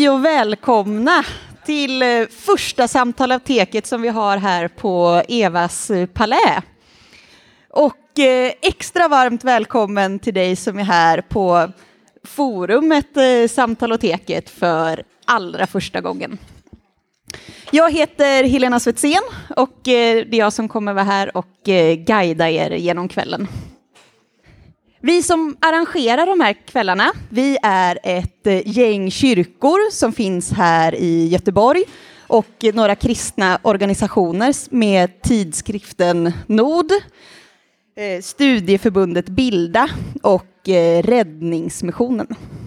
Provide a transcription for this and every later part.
Hej och välkomna till första samtalapoteket som vi har här på Evas palä. Och extra varmt välkommen till dig som är här på forumet Samtaloteket för allra första gången. Jag heter Helena Svetsén och det är jag som kommer vara här och guida er genom kvällen. Vi som arrangerar de här kvällarna, vi är ett gäng kyrkor som finns här i Göteborg och några kristna organisationer med tidskriften Nod, studieförbundet Bilda och Räddningsmissionen.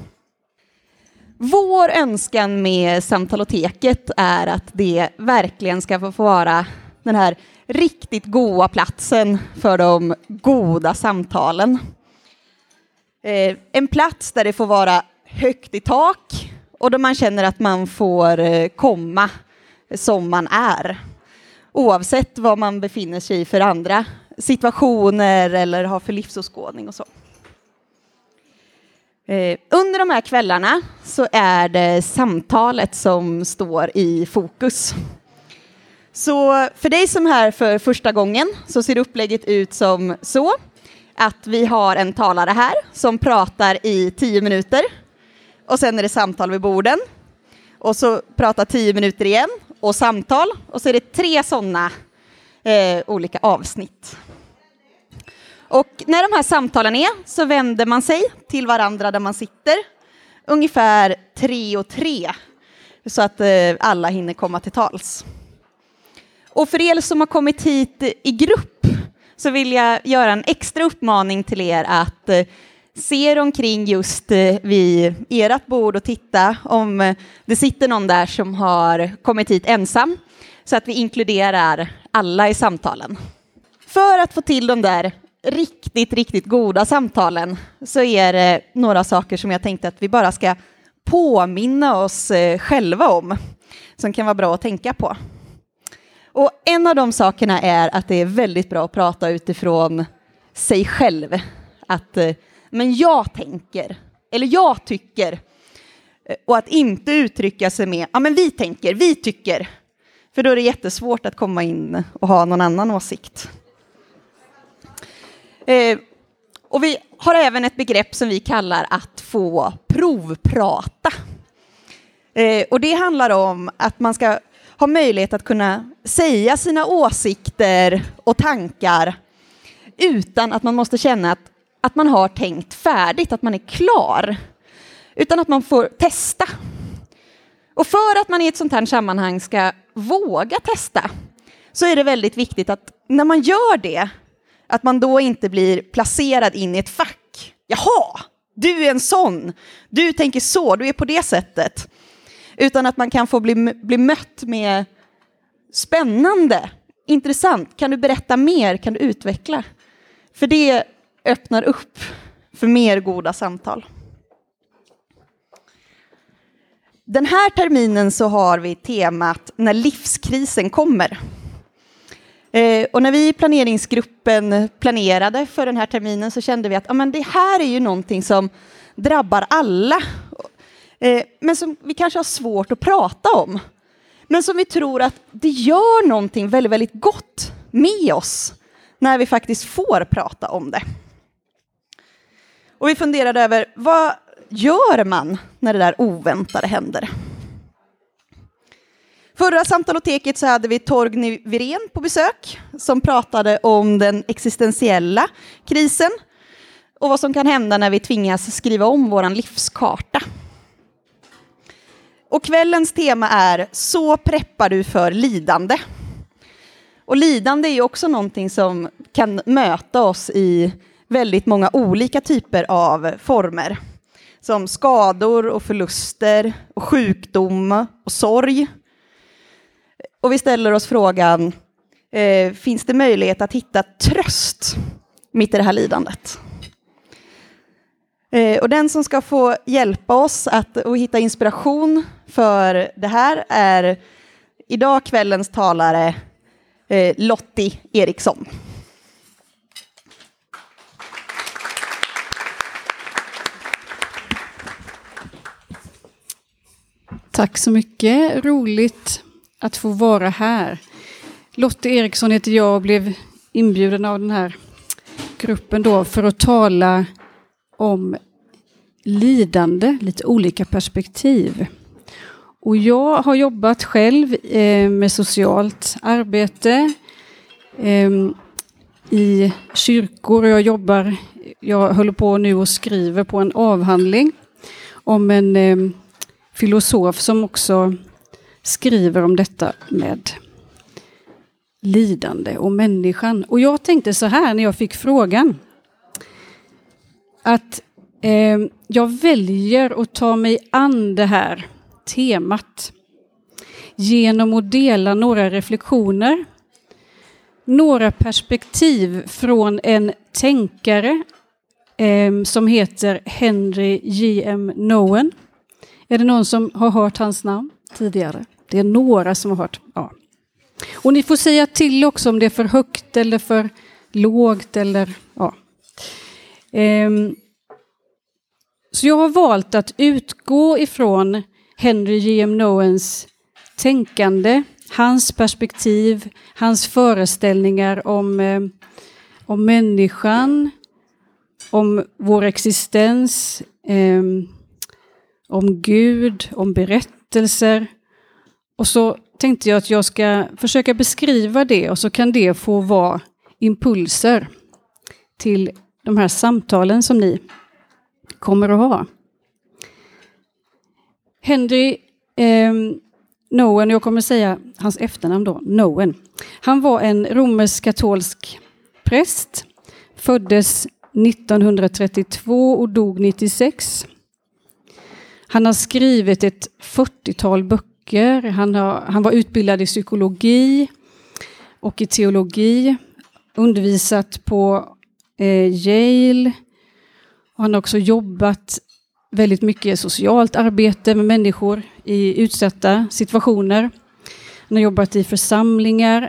Vår önskan med Samtaloteket är att det verkligen ska få vara den här riktigt goda platsen för de goda samtalen. En plats där det får vara högt i tak och där man känner att man får komma som man är. Oavsett vad man befinner sig i för andra situationer eller har för livsåskådning och så. Under de här kvällarna så är det samtalet som står i fokus. Så för dig som är här för första gången så ser upplägget ut som så. Att vi har en talare här som pratar i 10 minuter. Och sen är det samtal vid borden. Och så pratar 10 minuter igen. Och samtal. Och så är det 3 sådana olika avsnitt. Och när de här samtalen är så vänder man sig till varandra där man sitter. Ungefär 3 och 3. Så att alla hinner komma till tals. Och för er som har kommit hit i grupp så vill jag göra en extra uppmaning till er att se er omkring just vid ert bord och titta om det sitter någon där som har kommit hit ensam så att vi inkluderar alla i samtalen. För att få till de där riktigt goda samtalen så är det några saker som jag tänkte att vi bara ska påminna oss själva om som kan vara bra att tänka på. Och en av de sakerna är att det är väldigt bra att prata utifrån sig själv. Att, men jag tänker, eller jag tycker. Och att inte uttrycka sig med, ja men vi tänker, vi tycker. För då är det jättesvårt att komma in och ha någon annan åsikt. Och vi har även ett begrepp som vi kallar att få provprata. Och det handlar om att man ska ha möjlighet att kunna säga sina åsikter och tankar utan att man måste känna att man har tänkt färdigt, att man är klar. Utan att man får testa. Och för att man i ett sånt här sammanhang ska våga testa så är det väldigt viktigt att när man gör det att man då inte blir placerad in i ett fack. Jaha, du är en sån. Du tänker så, du är på det sättet. Utan att man kan få bli mött med spännande, intressant. Kan du berätta mer? Kan du utveckla? För det öppnar upp för mer goda samtal. Den här terminen så har vi temat när livskrisen kommer. Och när vi i planeringsgruppen planerade för den här terminen så kände vi att det här är ju någonting som drabbar alla. Men som vi kanske har svårt att prata om. Men som vi tror att det gör någonting väldigt gott med oss när vi faktiskt får prata om det. Och vi funderade över vad gör man när det där oväntade händer? Förra Samtaloteket så hade vi Torgny Virén på besök som pratade om den existentiella krisen och vad som kan hända när vi tvingas skriva om våran livskarta. Och kvällens tema är så preppar du för lidande. Och lidande är ju också någonting som kan möta oss i väldigt många olika typer av former. Som skador och förluster och sjukdom och sorg. Och vi ställer oss frågan, finns det möjlighet att hitta tröst mitt i det här lidandet? Och den som ska få hjälpa oss att hitta inspiration för det här är idag kvällens talare Lottie Eriksson. Tack så mycket. Roligt att få vara här. Lotte Eriksson heter jag och blev inbjuden av den här gruppen då för att tala om lidande, lite olika perspektiv. Och jag har jobbat själv med socialt arbete i kyrkor och jag håller på nu och skriver på en avhandling om en filosof som också skriver om detta med lidande och människan. Och jag tänkte så här när jag fick frågan att jag väljer att ta mig an det här temat genom att dela några reflektioner, några perspektiv från en tänkare som heter Henry J.M. Nouwen. Är det någon som har hört hans namn tidigare? Det är några som har hört. Ja. Och ni får säga till också om det är för högt eller för lågt. Eller, ja. Så jag har valt att utgå ifrån Henry J.M. Nouwens tänkande, hans perspektiv, hans föreställningar om människan, om vår existens, om Gud, om berättelser. Och så tänkte jag att jag ska försöka beskriva det och så kan det få vara impulser till de här samtalen som ni kommer att ha. Henry Nouwen, jag kommer säga hans efternamn då, Nouwen. Han var en romersk-katolsk präst, föddes 1932 och dog 96. Han har skrivit ett 40-tal böcker. Han var utbildad i psykologi och i teologi, undervisat på Yale. Och han har också jobbat väldigt mycket socialt arbete med människor i utsatta situationer. Han har jobbat i församlingar.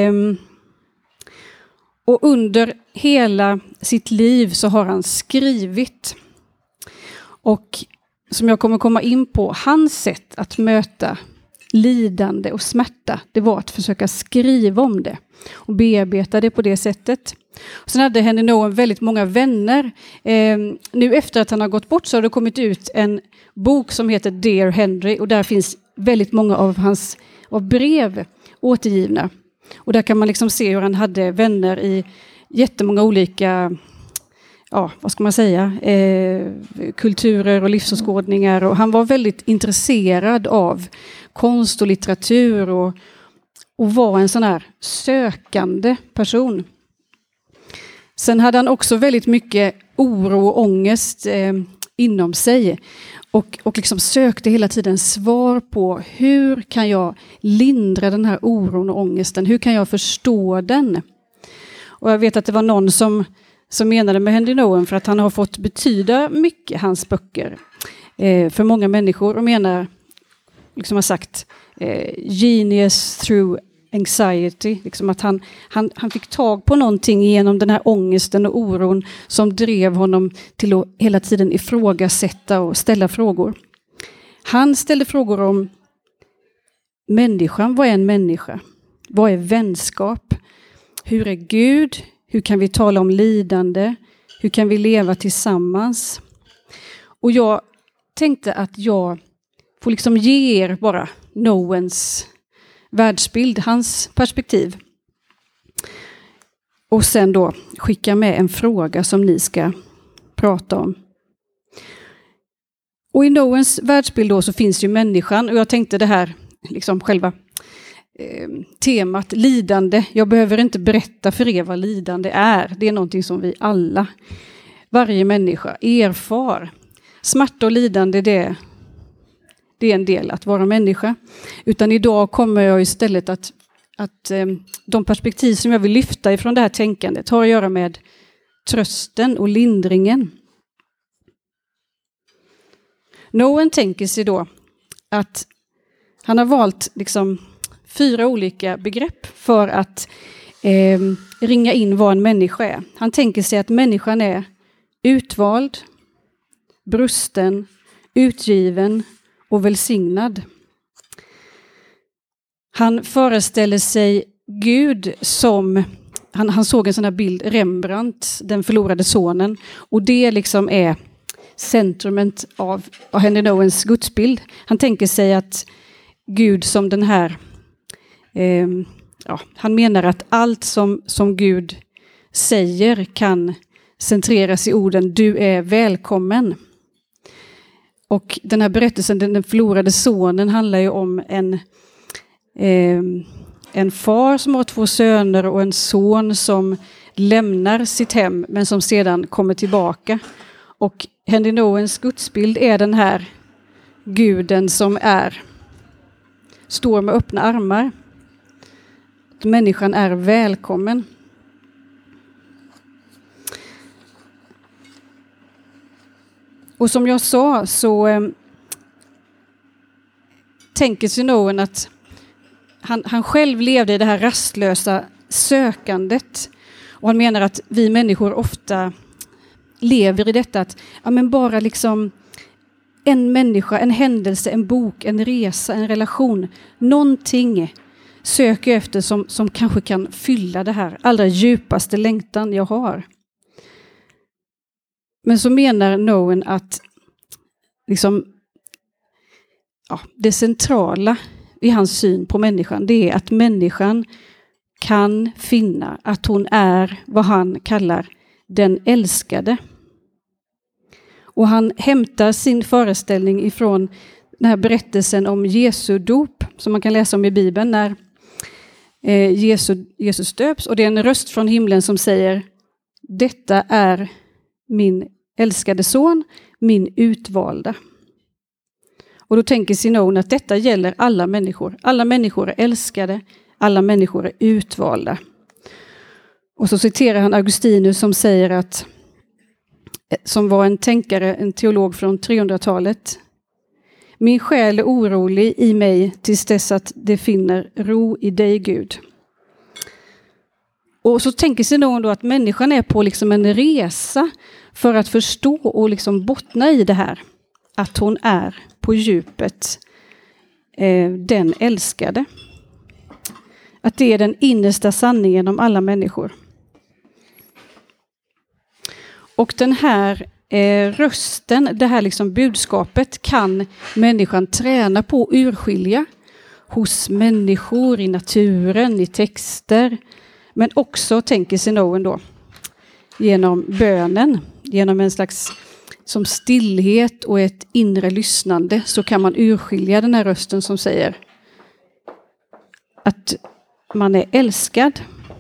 Och under hela sitt liv så har han skrivit. Och som jag kommer komma in på, hans sätt att möta lidande och smärta, det var att försöka skriva om det och bearbeta det på det sättet. Och sen hade Henry Nouwen väldigt många vänner. Nu efter att han har gått bort så har det kommit ut en bok som heter Dear Henry och där finns väldigt många av hans brev återgivna. Och där kan man liksom se hur han hade vänner i jättemånga olika, vad ska man säga, kulturer och livsåskådningar. Och han var väldigt intresserad av konst och litteratur och var en sån här sökande person. Sen hade han också väldigt mycket oro och ångest inom sig. Och liksom sökte hela tiden svar på hur kan jag lindra den här oron och ångesten? Hur kan jag förstå den? Och jag vet att det var någon som menade med Henry Nouwen för att han har fått betyda mycket, hans böcker, för många människor. Och menar, liksom har sagt, genius through anxiety. Liksom att han fick tag på någonting genom den här ångesten och oron som drev honom till att hela tiden ifrågasätta och ställa frågor. Han ställde frågor om människan. Vad är en människa? Vad är vänskap? Hur är Gud? Hur kan vi tala om lidande? Hur kan vi leva tillsammans? Och jag tänkte att jag får liksom ge er bara Nouwens världsbild, hans perspektiv. Och sen då skicka med en fråga som ni ska prata om. Och i Nouwens världsbild då så finns ju människan. Och jag tänkte det här, liksom själva temat lidande. Jag behöver inte berätta för er vad lidande är. Det är någonting som vi alla, varje människa, erfar. Smärta och lidande, det är en del att vara människa. Utan idag kommer jag istället att de perspektiv som jag vill lyfta ifrån det här tänkandet har att göra med trösten och lindringen. Nouwen tänker sig då att han har valt liksom 4 olika begrepp för att ringa in vad en människa är. Han tänker sig att människan är utvald, brusten, utgiven och välsignad. Han föreställer sig Gud som, han såg en sån här bild, Rembrandt, den förlorade sonen. Och det liksom är centrumet av Henry Nouwens gudsbild. Han tänker sig att Gud som den här, han menar att allt som Gud säger kan centreras i orden du är välkommen. Och den här berättelsen, den förlorade sonen, handlar ju om en far som har 2 söner och en son som lämnar sitt hem men som sedan kommer tillbaka. Och Henry Nouwens gudsbild är den här guden som står med öppna armar. Att människan är välkommen. Och som jag sa så tänker sig Nouwen att han själv levde i det här rastlösa sökandet. Och han menar att vi människor ofta lever i detta att men bara liksom en människa, en händelse, en bok, en resa, en relation. Någonting söker jag efter som kanske kan fylla det här allra djupaste längtan jag har. Men så menar Nouwen att liksom, det centrala i hans syn på människan, det är att människan kan finna att hon är vad han kallar den älskade. Och han hämtar sin föreställning ifrån den här berättelsen om Jesu dop som man kan läsa om i Bibeln när Jesus döps. Och det är en röst från himlen som säger detta är min älskade son, min utvalda. Och då tänker Sinon att detta gäller alla människor. Alla människor är älskade, alla människor är utvalda. Och så citerar han Augustinus som säger att, som var en tänkare, en teolog från 300-talet. Min själ är orolig i mig tills dess att det finner ro i dig, Gud. Och så tänker sig någon då att människan är på liksom en resa för att förstå och liksom bottna i det här. Att hon är på djupet den älskade. Att det är den innersta sanningen om alla människor. Och den här rösten, det här liksom budskapet kan människan träna på att urskilja hos människor, i naturen, i texter. Men också, tänker Sinon då, genom bönen, genom en slags som stillhet och ett inre lyssnande så kan man urskilja den här rösten som säger att man är älskad.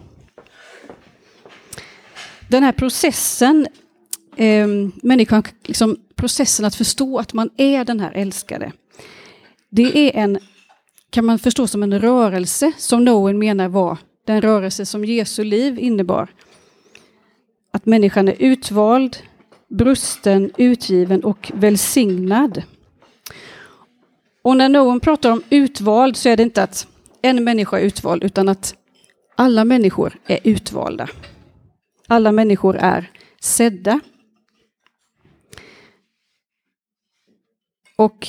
Den här processen, människan, liksom processen att förstå att man är den här älskade. Det är kan man förstå som en rörelse som Nouwen menar var den rörelse som Jesu liv innebar. Att människan är utvald, brusten, utgiven och välsignad. Och när Nouwen pratar om utvald så är det inte att en människa är utvald utan att alla människor är utvalda. Alla människor är sedda. Och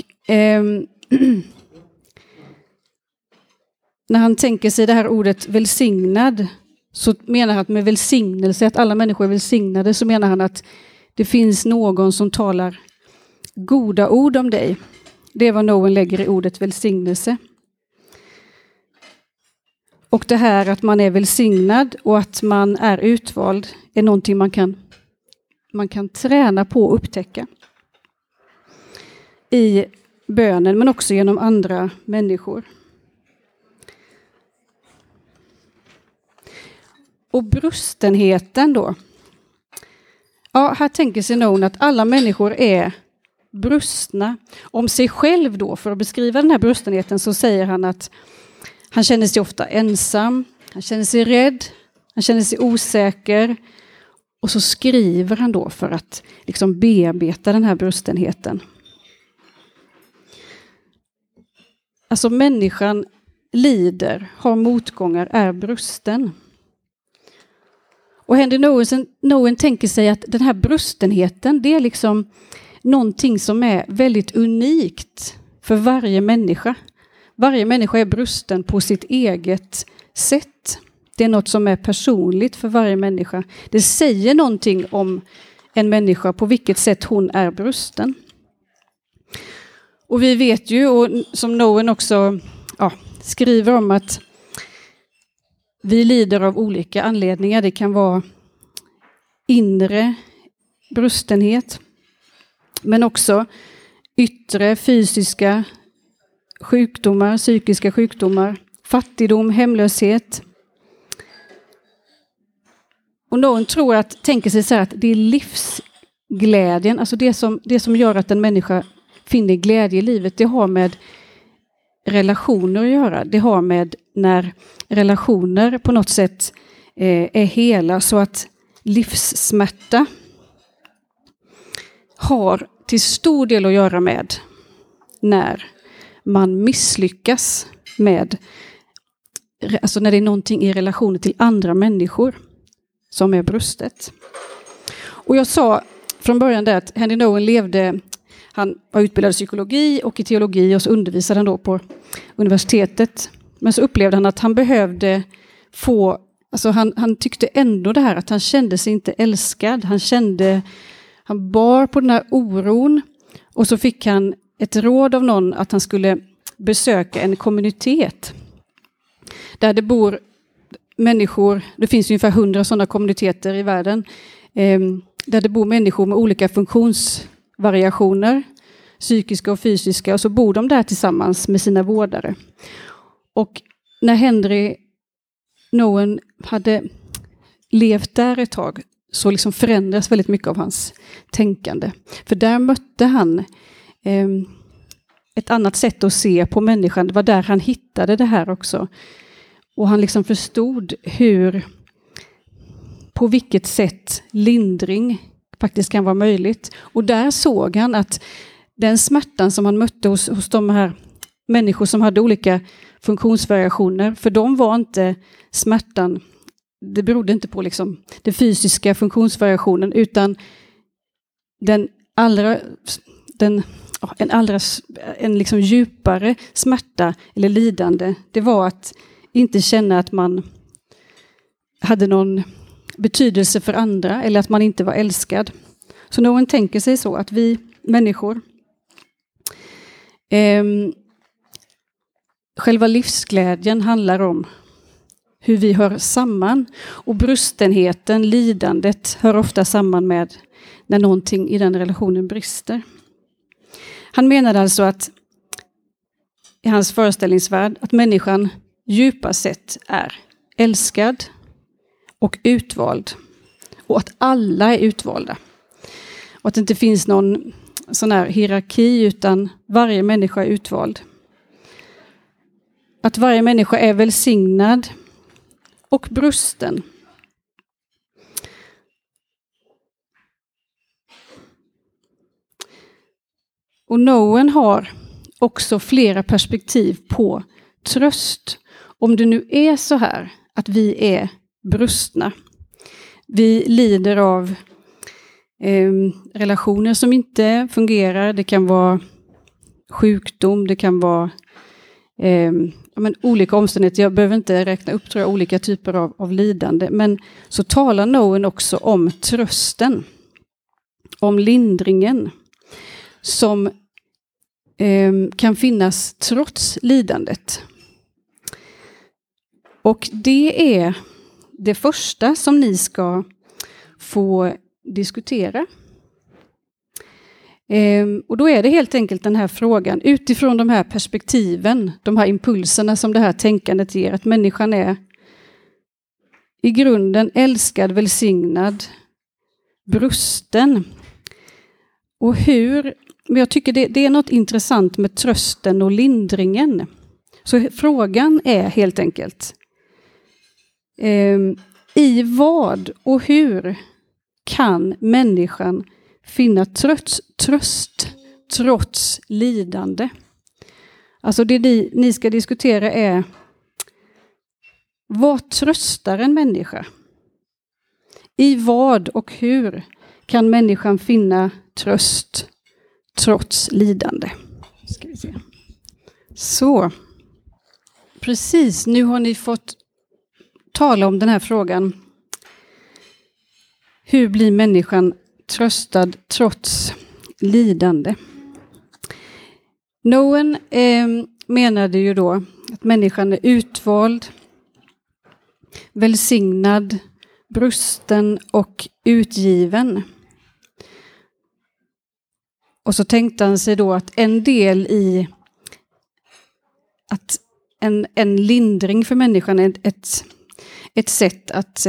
när han tänker sig det här ordet välsignad så menar han att med välsignelse, att alla människor är välsignade, så menar han att det finns någon som talar goda ord om dig. Det är vad Nouwen lägger i ordet välsignelse. Och det här att man är välsignad och att man är utvald är någonting man kan träna på att upptäcka. I bönen men också genom andra människor. Och brustenheten då. Ja, här tänker Sinon att alla människor är brustna. Om sig själv då, för att beskriva den här brustenheten, så säger han att han känner sig ofta ensam, han känner sig rädd, han känner sig osäker. Och så skriver han då för att liksom bearbeta den här brustenheten. Alltså människan lider, har motgångar, är brusten. Och Henry Nouwen tänker sig att den här brustenheten, det är liksom någonting som är väldigt unikt för varje människa. Varje människa är brusten på sitt eget sätt. Det är något som är personligt för varje människa. Det säger någonting om en människa på vilket sätt hon är brusten. Och vi vet ju, och som Noen också skriver om, att vi lider av olika anledningar. Det kan vara inre brustenhet, men också yttre fysiska sjukdomar, psykiska sjukdomar, fattigdom, hemlöshet. Och någon tänker sig så här att det är livsglädjen, alltså det som gör att en människa finner glädje i livet, det har med relationer att göra. Det har med när relationer på något sätt är hela, så att livssmärta har till stor del att göra med när man misslyckas med, alltså när det är någonting i relation till andra människor som är brustet. Och jag sa från början där att Henry Nouwen han var utbildad i psykologi och i teologi, och så undervisade han då på universitetet. Men så upplevde han att han behövde få, alltså han tyckte ändå det här att han kände sig inte älskad. Han bar på den här oron, och så fick han ett råd av någon att han skulle besöka en kommunitet där det bor människor, det finns ungefär 100 sådana kommuniteter i världen, där det bor människor med olika funktionsvariationer, psykiska och fysiska, och så bor de där tillsammans med sina vårdare. Och när Henry Nouwen hade levt där ett tag, så liksom förändras väldigt mycket av hans tänkande. För där mötte han ett annat sätt att se på människan. Det var där han hittade det här också. Och han liksom förstod på vilket sätt lindring faktiskt kan vara möjligt. Och där såg han att den smärtan som han mötte hos de här människor som hade olika funktionsvariationer, för de var inte smärtan, det berodde inte på liksom den fysiska funktionsvariationen, utan en liksom djupare smärta eller lidande, det var att inte känna att man hade någon betydelse för andra, eller att man inte var älskad. Så någon tänker sig så att vi människor, själva livsglädjen handlar om hur vi hör samman, och brustenheten, lidandet, hör ofta samman med när någonting i den relationen brister. Han menade alltså att i hans föreställningsvärld att människan djupast sett är älskad och utvald, och att alla är utvalda. Och att det inte finns någon sån här hierarki, utan varje människa är utvald. Att varje människa är välsignad och brusten. Och Nouwen har också flera perspektiv på tröst. Om det nu är så här att vi är brustna, vi lider av relationer som inte fungerar, det kan vara sjukdom, det kan vara olika omständigheter. Jag behöver inte räkna upp olika typer av lidande, men så talar Nouwen också om trösten, om lindringen som kan finnas trots lidandet. Och det är det första som ni ska få diskutera. Och då är det helt enkelt den här frågan, utifrån de här perspektiven, de här impulserna som det här tänkandet ger, att människan är i grunden älskad, välsignad, brusten. Och men jag tycker det är något intressant med trösten och lindringen. Så frågan är helt enkelt, i vad och hur kan människan finna tröst trots lidande? Alltså det ni ska diskutera är, vad tröstar en människa? I vad och hur kan människan finna tröst trots lidande? Ska vi se. Så, precis, nu har ni fått tala om den här frågan. Hur blir människan tröstad trots lidande? Noen menade ju då att människan är utvald, välsignad, brusten och utgiven. Och så tänkte han sig då att en del i att en lindring för människan är ett sätt att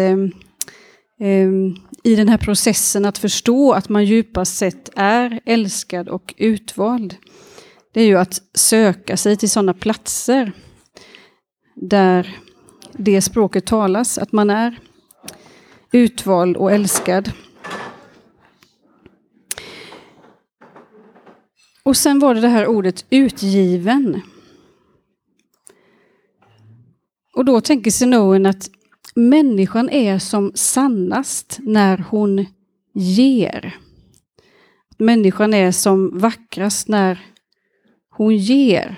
i den här processen att förstå att man djupast sett är älskad och utvald. Det är ju att söka sig till sådana platser där det språket talas, att man är utvald och älskad. Och sen var det här ordet utgiven. Och då tänker sig Noen att människan är som sannast när hon ger. Människan är som vackrast när hon ger.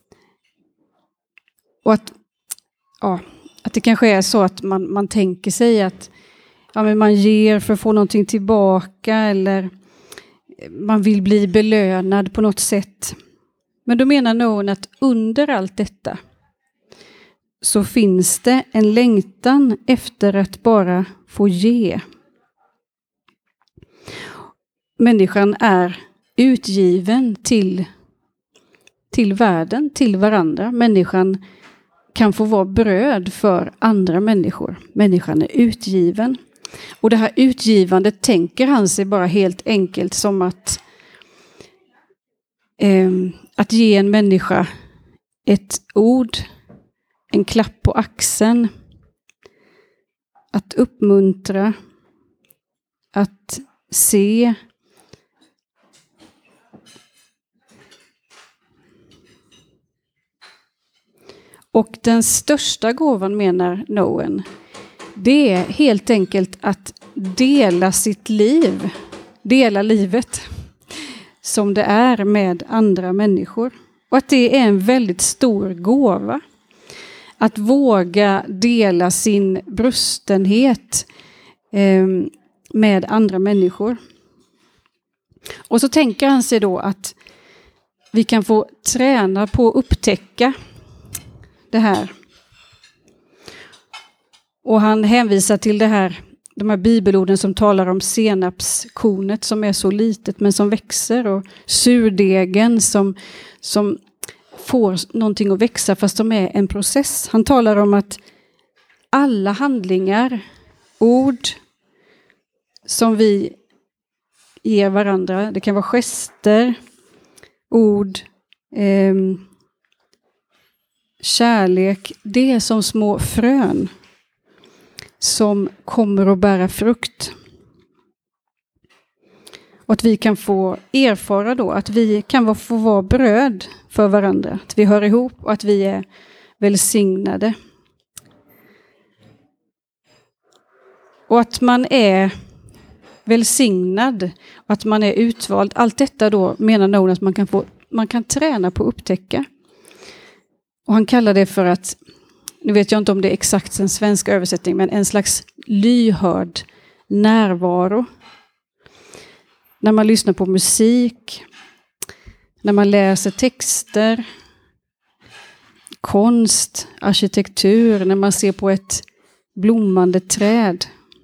Och att det kanske är så att man tänker sig att men man ger för att få någonting tillbaka eller man vill bli belönad på något sätt. Men då menar någon att under allt detta så finns det en längtan efter att bara få ge. Människan är utgiven till världen, till varandra. Människan kan få vara bröd för andra människor. Människan är utgiven. Och det här utgivandet tänker han sig bara helt enkelt som att ge en människa ett ord, en klapp på axeln, att uppmuntra, att se. Och den största gåvan menar Noen, det är helt enkelt att dela sitt liv, dela livet som det är med andra människor. Och att det är en väldigt stor gåva. Att våga dela sin brustenhet med andra människor. Och så tänker han sig då att vi kan få träna på att upptäcka det här. Och han hänvisar till de här bibelorden som talar om senapskornet som är så litet men som växer, och surdegen som får någonting att växa fast de är en process. Han talar om att alla handlingar, ord som vi ger varandra, det kan vara gester, ord, kärlek, det är som små frön som kommer att bära frukt. Och att vi kan få erfara då att vi kan få vara bröd för varandra. Att vi hör ihop och att vi är välsignade. Och att man är välsignad och att man är utvald. Allt detta då menar någon att man kan träna på att upptäcka. Och han kallar det för att, nu vet jag inte om det är exakt en svensk översättning, men en slags lyhörd närvaro. När man lyssnar på musik, när man läser texter, konst, arkitektur, när man ser på ett blommande träd,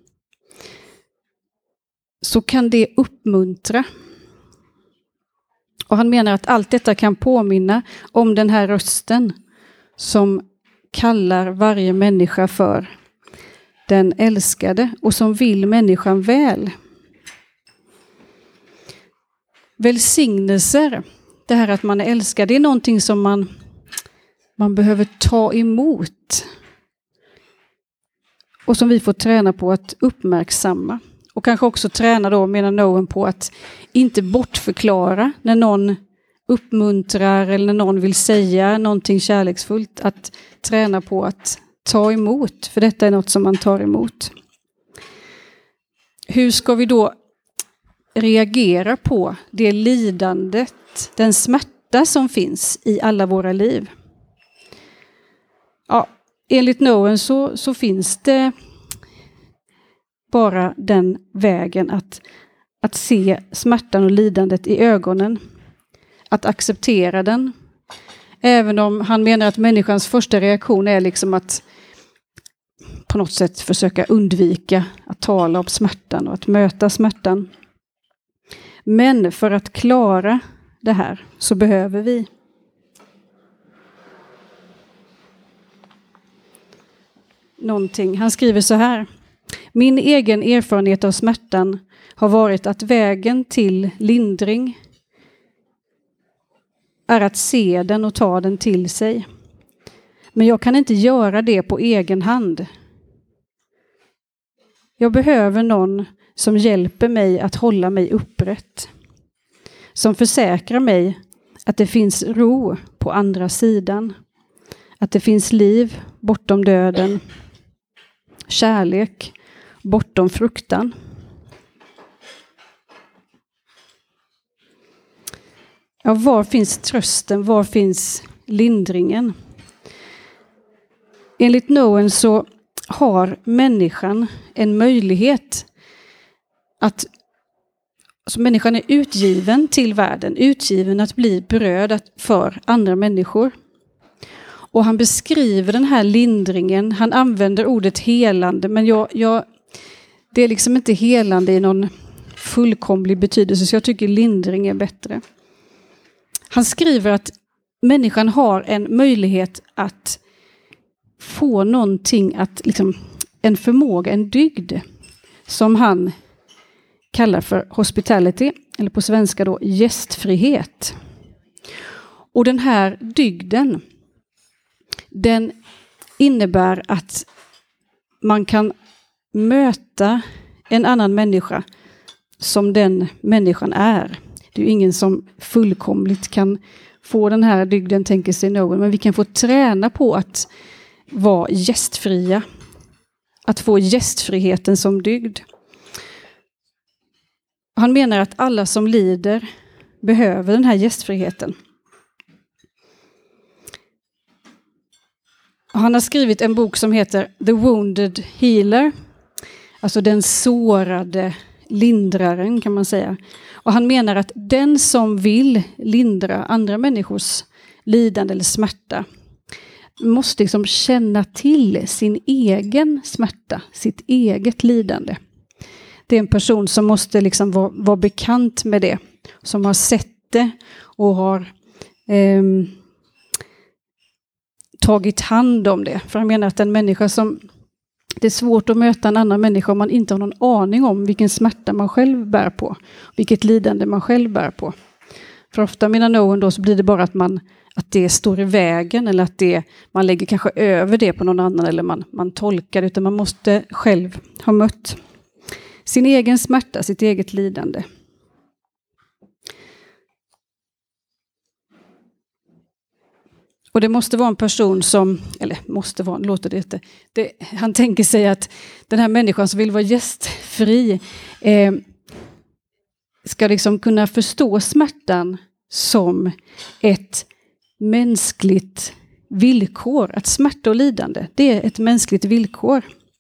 så kan det uppmuntra. Och han menar att allt detta kan påminna om den här rösten som kallar varje människa för den älskade och som vill människan väl. Välsignelser, det här att man är älskad, det är någonting som man behöver ta emot. Och som vi får träna på att uppmärksamma. Och kanske också träna då, menar Noen, på att inte bortförklara när någon uppmuntrar eller när någon vill säga någonting kärleksfullt. Att träna på att ta emot, för detta är något som man tar emot. Hur ska vi då reagera på det lidandet, den smärta smärta som finns i alla våra liv. Ja, enligt Nouwen så finns det bara den vägen att se smärtan och lidandet i ögonen. Att acceptera den. Även om han menar att människans första reaktion är liksom att på något sätt försöka undvika att tala om smärtan och att möta smärtan. Men för att klara det här så behöver vi någonting. Han skriver så här: min egen erfarenhet av smärtan har varit att vägen till lindring är att se den och ta den till sig. Men jag kan inte göra det på egen hand. Jag behöver någon som hjälper mig att hålla mig upprätt. Som försäkrar mig att det finns ro på andra sidan. Att det finns liv bortom döden. Kärlek bortom fruktan. Ja, var finns trösten? Var finns lindringen? Enligt Nouwen så har människan en möjlighet att... Alltså människan är utgiven till världen, utgiven att bli bröd för andra människor. Och han beskriver den här lindringen, han använder ordet helande, men det är liksom inte helande i någon fullkomlig betydelse, så jag tycker lindring är bättre. Han skriver att människan har en möjlighet att få någonting, att liksom, en förmåga, en dygd, som han kallar för hospitality, eller på svenska då gästfrihet. Och den här dygden, den innebär att man kan möta en annan människa som den människan är. Det är ju ingen som fullkomligt kan få den här dygden, tänker sig någon, men vi kan få träna på att vara gästfria. Att få gästfriheten som dygd. Han menar att alla som lider behöver den här gästfriheten. Han har skrivit en bok som heter The Wounded Healer. Alltså den sårade lindraren, kan man säga. Och han menar att den som vill lindra andra människors lidande eller smärta måste liksom känna till sin egen smärta, sitt eget lidande. Det är en person som måste liksom vara bekant med det, som har sett det och har tagit hand om det. För han menar att en människa som... Det är svårt att möta en annan människa om man inte har någon aning om vilken smärta man själv bär på. Vilket lidande man själv bär på. För ofta menar Nouwen då så blir det bara att det står i vägen, eller att man lägger kanske över det på någon annan, eller man tolkar det, utan man måste själv ha mött sin egen smärta, sitt eget lidande. Och det måste vara en person som, eller måste vara, låter det inte. Han tänker sig att den här människan som vill vara gästfri ska liksom kunna förstå smärtan som ett mänskligt villkor. Att smärta och lidande, det är ett mänskligt villkor.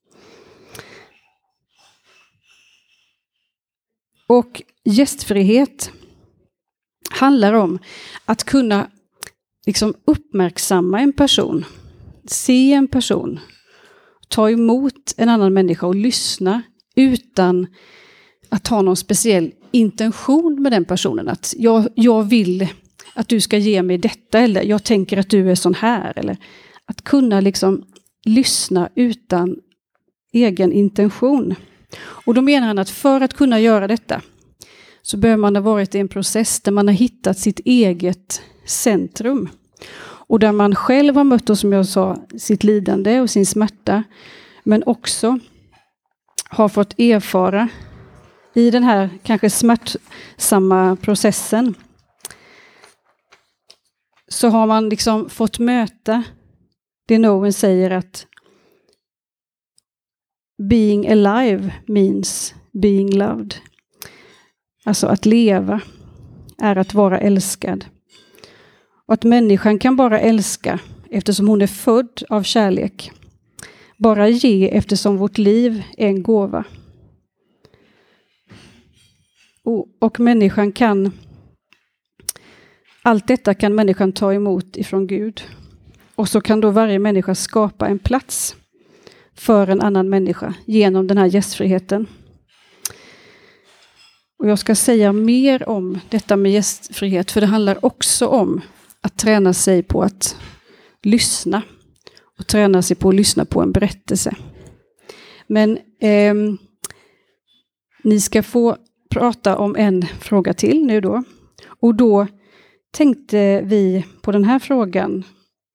Och gästfrihet handlar om att kunna liksom uppmärksamma en person, se en person, ta emot en annan människa och lyssna utan att ha någon speciell intention med den personen. Att jag vill att du ska ge mig detta, eller jag tänker att du är sån här. Eller att kunna liksom lyssna utan egen intention. Och då menar han att för att kunna göra detta så behöver man ha varit i en process där man har hittat sitt eget centrum. Och där man själv har mött, som jag sa, sitt lidande och sin smärta. Men också har fått erfara i den här kanske smärtsamma processen. Så har man liksom fått möta det Nouwen säger att being alive means being loved. Alltså att leva är att vara älskad. Och att människan kan bara älska eftersom hon är född av kärlek. Bara ge eftersom vårt liv är en gåva. Och människan kan, allt detta kan människan ta emot ifrån Gud. Och så kan då varje människa skapa en plats för en annan människa genom den här gästfriheten. Och jag ska säga mer om detta med gästfrihet, för det handlar också om att träna sig på att lyssna och träna sig på att lyssna på en berättelse. Men ni ska få prata om en fråga till nu då. Och då tänkte vi på den här frågan.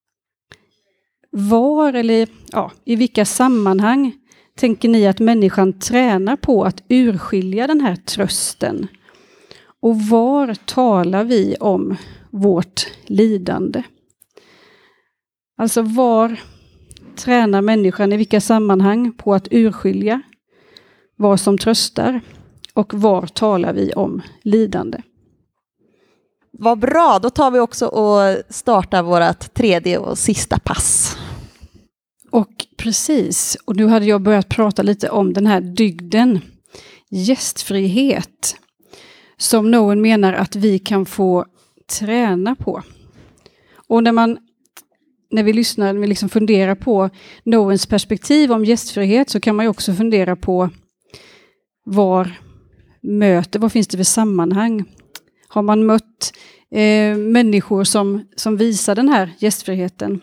Var eller i vilka sammanhang tänker ni att människan tränar på att urskilja den här trösten? Och var talar vi om vårt lidande? Alltså var tränar människan i vilka sammanhang på att urskilja vad som tröstar? Och var talar vi om lidande? Vad bra, då tar vi också och startar vårt tredje och sista pass. Och precis, och nu hade jag börjat prata lite om den här dygden, gästfrihet, som någon menar att vi kan få träna på. Och när vi lyssnar, när vi liksom funderar på någons perspektiv om gästfrihet, så kan man ju också fundera på vad finns det för sammanhang? Har man mött människor som visar den här gästfriheten?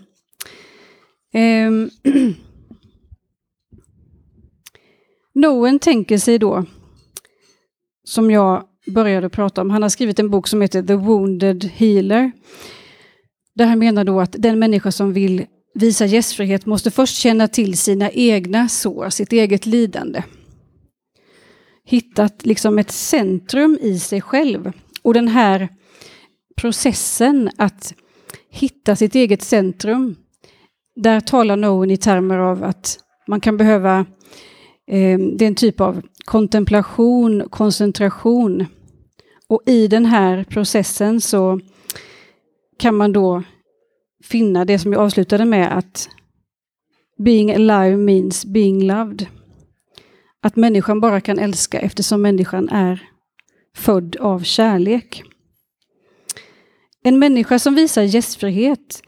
Någon tänker sig då, som jag började prata om, han har skrivit en bok som heter The Wounded Healer. Där han menar då att den människa som vill visa gästfrihet måste först känna till sina egna sår, sitt eget lidande. Hittat liksom ett centrum i sig själv. Och den här processen att hitta sitt eget centrum, där talar någon i termer av att man kan behöva, det är en typ av kontemplation, koncentration. Och i den här processen så kan man då finna det som jag avslutade med, att being alive means being loved. Att människan bara kan älska eftersom människan är född av kärlek. En människa som visar gästfrihet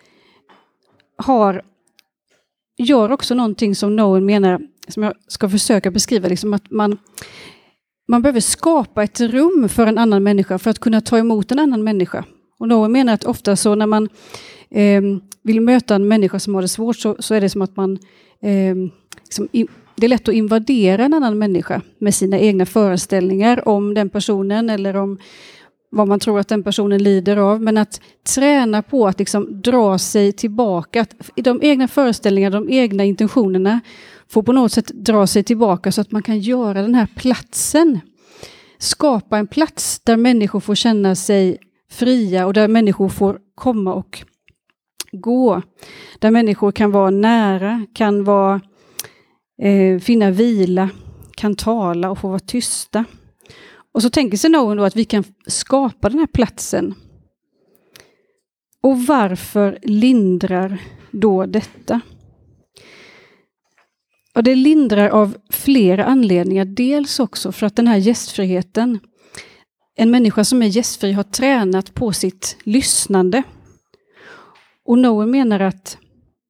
gör också någonting som någon menar, som jag ska försöka beskriva, liksom att man behöver skapa ett rum för en annan människa för att kunna ta emot en annan människa. Och någon menar att ofta så när man vill möta en människa som har det svårt, så är det som att man det är lätt att invadera en annan människa med sina egna föreställningar om den personen eller om vad man tror att den personen lider av. Men att träna på att liksom dra sig tillbaka, att i de egna föreställningarna, de egna intentionerna får på något sätt dra sig tillbaka så att man kan göra den här platsen. Skapa en plats där människor får känna sig fria och där människor får komma och gå. Där människor kan vara nära, kan finna vila, kan tala och få vara tysta. Och så tänker sig någon då att vi kan skapa den här platsen. Och varför lindrar då detta? Och det lindrar av flera anledningar. Dels också för att den här gästfriheten, en människa som är gästfri har tränat på sitt lyssnande. Och någon menar att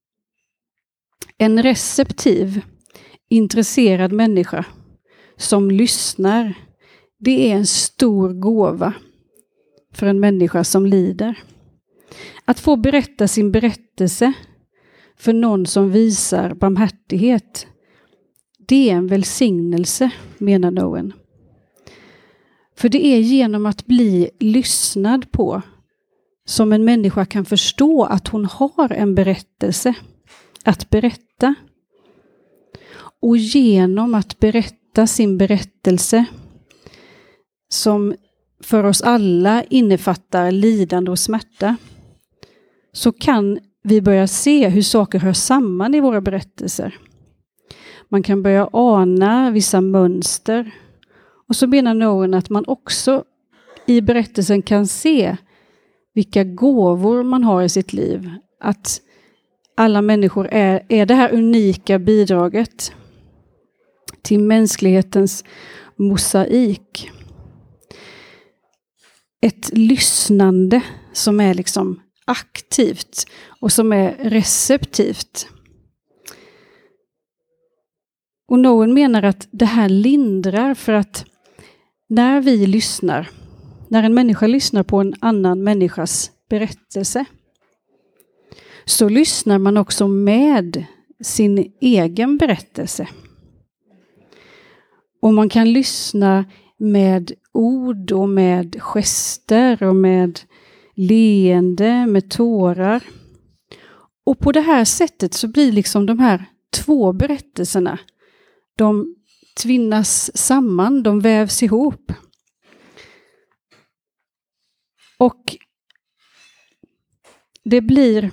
en receptiv, intresserad människa som lyssnar, det är en stor gåva för en människa som lider. Att få berätta sin berättelse för någon som visar barmhärtighet, det är en välsignelse, menar någon. För det är genom att bli lyssnad på som en människa kan förstå att hon har en berättelse att berätta. Och genom att berätta sin berättelse, som för oss alla innefattar lidande och smärta, så kan vi börja se hur saker hör samman i våra berättelser. Man kan börja ana vissa mönster. Och så menar någon att man också i berättelsen kan se vilka gåvor man har i sitt liv. Att alla människor är det här unika bidraget till mänsklighetens mosaik. Ett lyssnande som är liksom aktivt och som är receptivt. Och någon menar att det här lindrar för att när vi lyssnar, när en människa lyssnar på en annan människas berättelse, så lyssnar man också med sin egen berättelse. Och man kan lyssna med ord och med gester och med leende, med tårar. Och på det här sättet så blir liksom de här två berättelserna, de tvinnas samman, de vävs ihop. Och det blir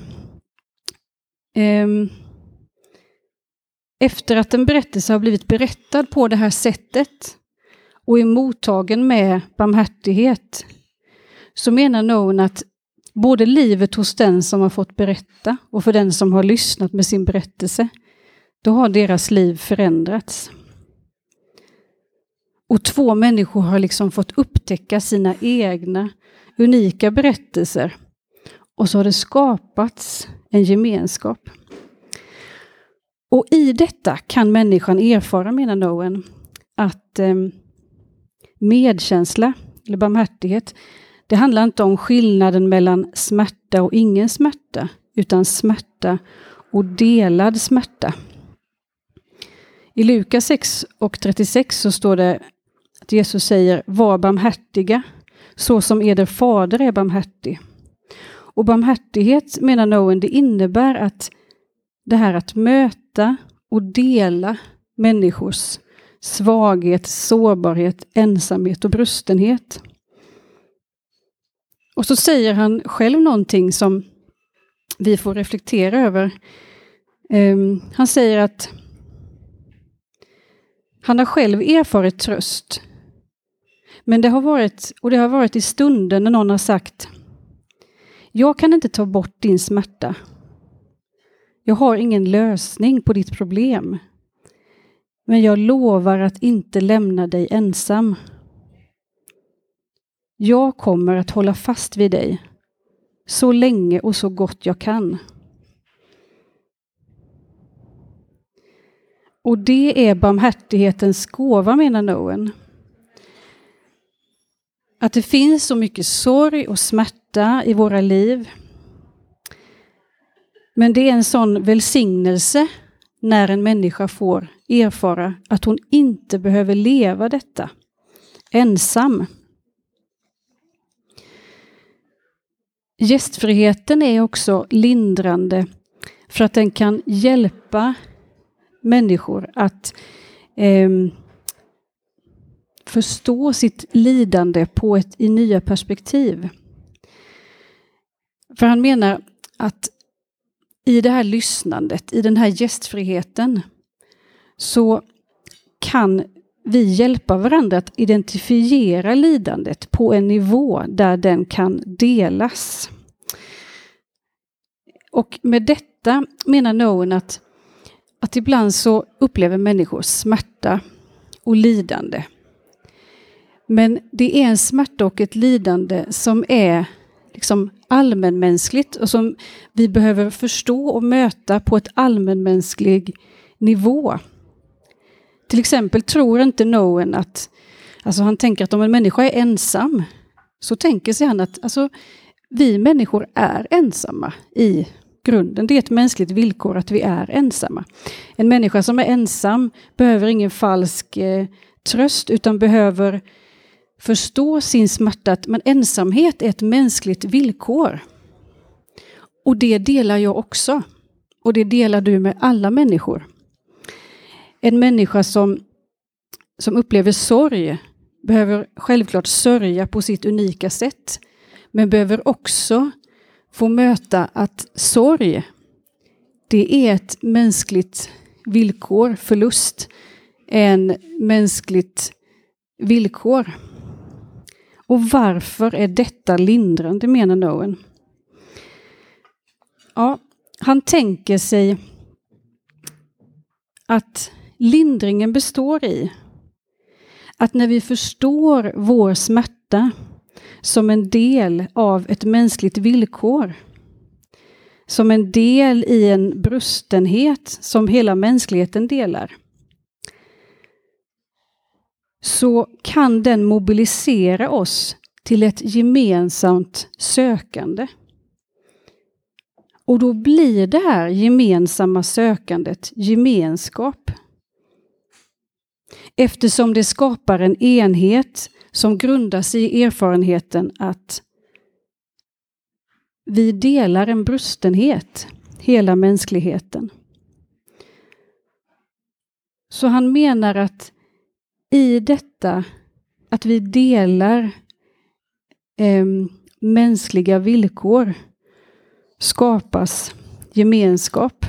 efter att en berättelse har blivit berättad på det här sättet och är mottagen med barmhärtighet, så menar någon att både livet hos den som har fått berätta och för den som har lyssnat med sin berättelse, då har deras liv förändrats. Och två människor har liksom fått upptäcka sina egna unika berättelser. Och så har det skapats en gemenskap. Och i detta kan människan erfara, menar Noen, att medkänsla eller barmhärtighet, det handlar inte om skillnaden mellan smärta och ingen smärta, utan smärta och delad smärta. I Lukas 6:36 så står det att Jesus säger: var barmhärtiga, så som eder fader är barmhärtig. Och barmhärtighet, menar Noen, det innebär att det här att möta och dela människors svaghet, sårbarhet, ensamhet och brustenhet. Och så säger han själv någonting som vi får reflektera över. Han säger att han har själv erfarit tröst. Men det har varit i stunden när någon har sagt: jag kan inte ta bort din smärta. Jag har ingen lösning på ditt problem. Men jag lovar att inte lämna dig ensam. Jag kommer att hålla fast vid dig så länge och så gott jag kan. Och det är barmhärtighetens gåva, menar Noen. Att det finns så mycket sorg och smärta i våra liv. Men det är en sån välsignelse när en människa får erfara att hon inte behöver leva detta ensam. Gästfriheten är också lindrande för att den kan hjälpa människor att förstå sitt lidande på i nya perspektiv. För han menar att i det här lyssnandet, i den här gästfriheten, så kan vi hjälpa varandra att identifiera lidandet på en nivå där den kan delas. Och med detta menar Noen att ibland så upplever människor smärta och lidande. Men det är en smärta och ett lidande som är liksom allmänmänskligt och som vi behöver förstå och möta på ett allmänmänsklig nivå. Till exempel tror inte Noen att, alltså han tänker att om en människa är ensam, så tänker sig han att vi människor är ensamma i grunden. Det är ett mänskligt villkor att vi är ensamma. En människa som är ensam behöver ingen falsk tröst, utan behöver förstå sin smärta. Men ensamhet är ett mänskligt villkor. Och det delar jag också. Och det delar du med alla människor. En människa som upplever sorg behöver självklart sörja på sitt unika sätt. Men behöver också få möta att sorg, det är ett mänskligt villkor. Förlust är en mänskligt villkor. Och varför är detta lindrande, menar Nouwen? Ja, han tänker sig att lindringen består i att när vi förstår vår smärta som en del av ett mänskligt villkor, som en del i en brustenhet som hela mänskligheten delar, så kan den mobilisera oss till ett gemensamt sökande. Och då blir det här gemensamma sökandet gemenskap. Eftersom det skapar en enhet som grundas i erfarenheten att vi delar en brustenhet, hela mänskligheten. Så han menar att i detta att vi delar mänskliga villkor skapas gemenskap.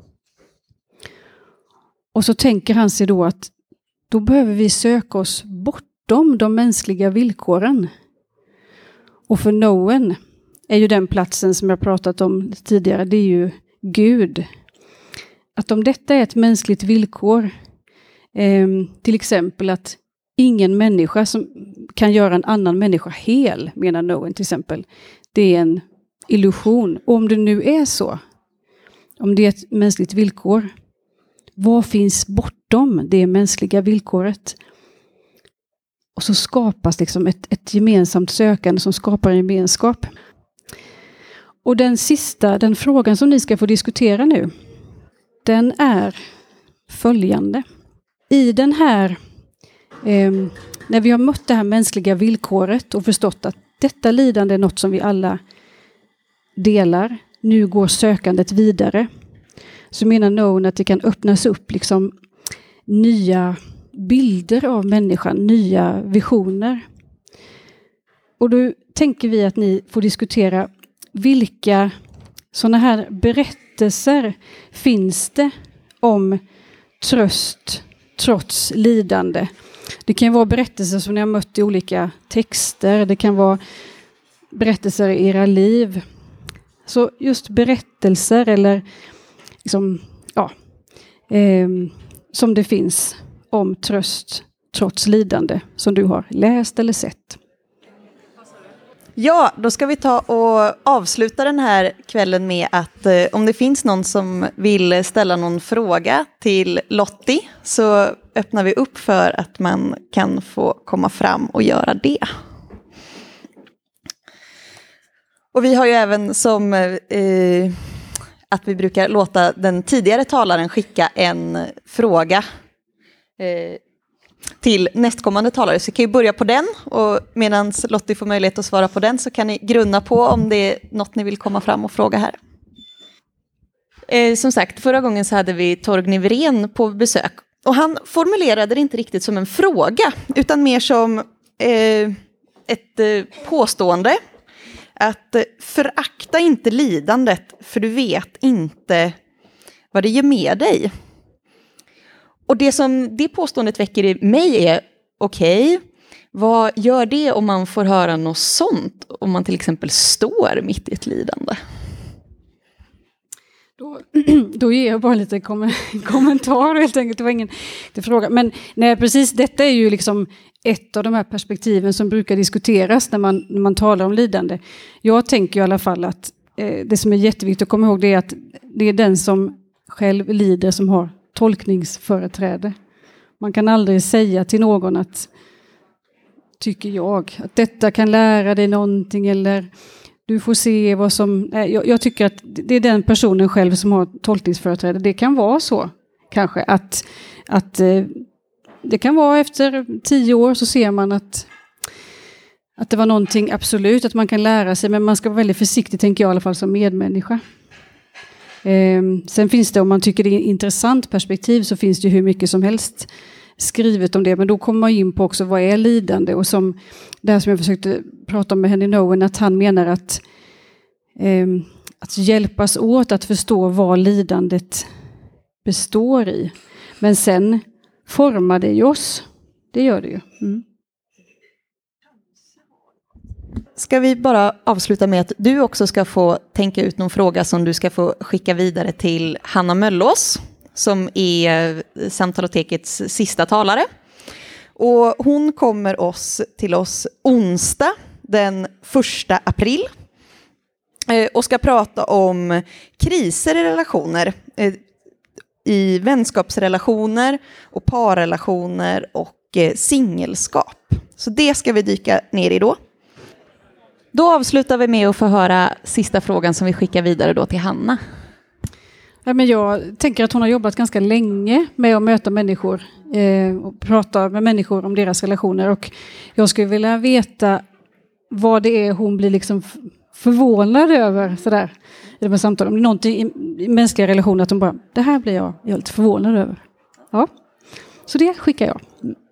Och så tänker han sig då att då behöver vi söka oss bortom de mänskliga villkoren. Och för Nouwen är ju den platsen som jag pratat om tidigare, det är ju Gud. Att om detta är ett mänskligt villkor, till exempel att ingen människa som kan göra en annan människa hel, menar Nouwen till exempel, det är en illusion. Och om det nu är så, om det är ett mänskligt villkor, vad finns bortom det mänskliga villkoret? Och så skapas liksom ett gemensamt sökande som skapar en gemenskap. Och den frågan som ni ska få diskutera nu, den är följande. I den här, när vi har mött det här mänskliga villkoret och förstått att detta lidande är något som vi alla delar, nu går sökandet vidare, så menar Nouwen att det kan öppnas upp liksom nya bilder av människan, nya visioner. Och då tänker vi att ni får diskutera vilka sådana här berättelser finns det om tröst trots lidande. Det kan vara berättelser som ni har mött i olika texter, det kan vara berättelser i era liv. Så just berättelser eller liksom, som det finns om tröst trots lidande som du har läst eller sett. Ja, då ska vi ta och avsluta den här kvällen med att om det finns någon som vill ställa någon fråga till Lottie så öppnar vi upp för att man kan få komma fram och göra det. Och vi har ju även som att vi brukar låta den tidigare talaren skicka en fråga till nästkommande talare. Så kan vi börja på den och medan Lottie får möjlighet att svara på den så kan ni grunna på om det är något ni vill komma fram och fråga här. Som sagt, förra gången så hade vi Torgny Wirén på besök och han formulerade det inte riktigt som en fråga utan mer som ett påstående. Att förakta inte lidandet för du vet inte vad det ger med dig. Och det som det påståendet väcker i mig är okej, vad gör det om man får höra något sånt? Om man till exempel står mitt i ett lidande. Då ger jag bara lite kommentar helt enkelt. Det var ingen fråga. Men nej, precis detta är ju liksom ett av de här perspektiven som brukar diskuteras när man talar om lidande. Jag tänker i alla fall att det som är jätteviktigt att komma ihåg det är att det är den som själv lider som har tolkningsföreträde. Man kan aldrig säga till någon att tycker jag att detta kan lära dig någonting eller du får se vad som... Jag tycker att det är den personen själv som har tolkningsföreträde. Det kan vara så kanske att det kan vara efter 10 år så ser man att det var någonting absolut att man kan lära sig, men man ska vara väldigt försiktig tänker jag i alla fall som medmänniska. Sen finns det, om man tycker det är ett intressant perspektiv så finns det hur mycket som helst skrivet om det, men då kommer man in på också vad är lidande och som det här som jag försökte prata om med Henry Nouwen, att han menar att hjälpas åt att förstå vad lidandet består i, men sen formar det ju oss, det gör det ju. Ska vi bara avsluta med att du också ska få tänka ut någon fråga som du ska få skicka vidare till Hanna Möllås, som är Samtalotekets sista talare. Och hon kommer till oss onsdag den 1 april och ska prata om kriser i relationer, i vänskapsrelationer och parrelationer och singelskap. Så det ska vi dyka ner i då. Då avslutar vi med att få höra sista frågan som vi skickar vidare då till Hanna. Ja, men jag tänker att hon har jobbat ganska länge med att möta människor och prata med människor om deras relationer. Och jag skulle vilja veta vad det är hon blir liksom förvånad över sådär, i de här samtalen. Om det är någonting i mänskliga relationer att hon bara, det här blir jag lite förvånad över. Ja, så det skickar jag.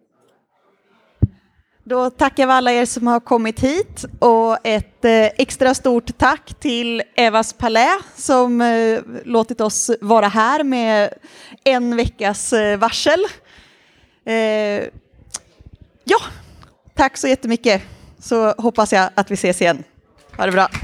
Då tackar vi alla er som har kommit hit och ett extra stort tack till Evas Palais som låtit oss vara här med en veckas varsel. Ja, tack så jättemycket, så hoppas jag att vi ses igen. Ha det bra.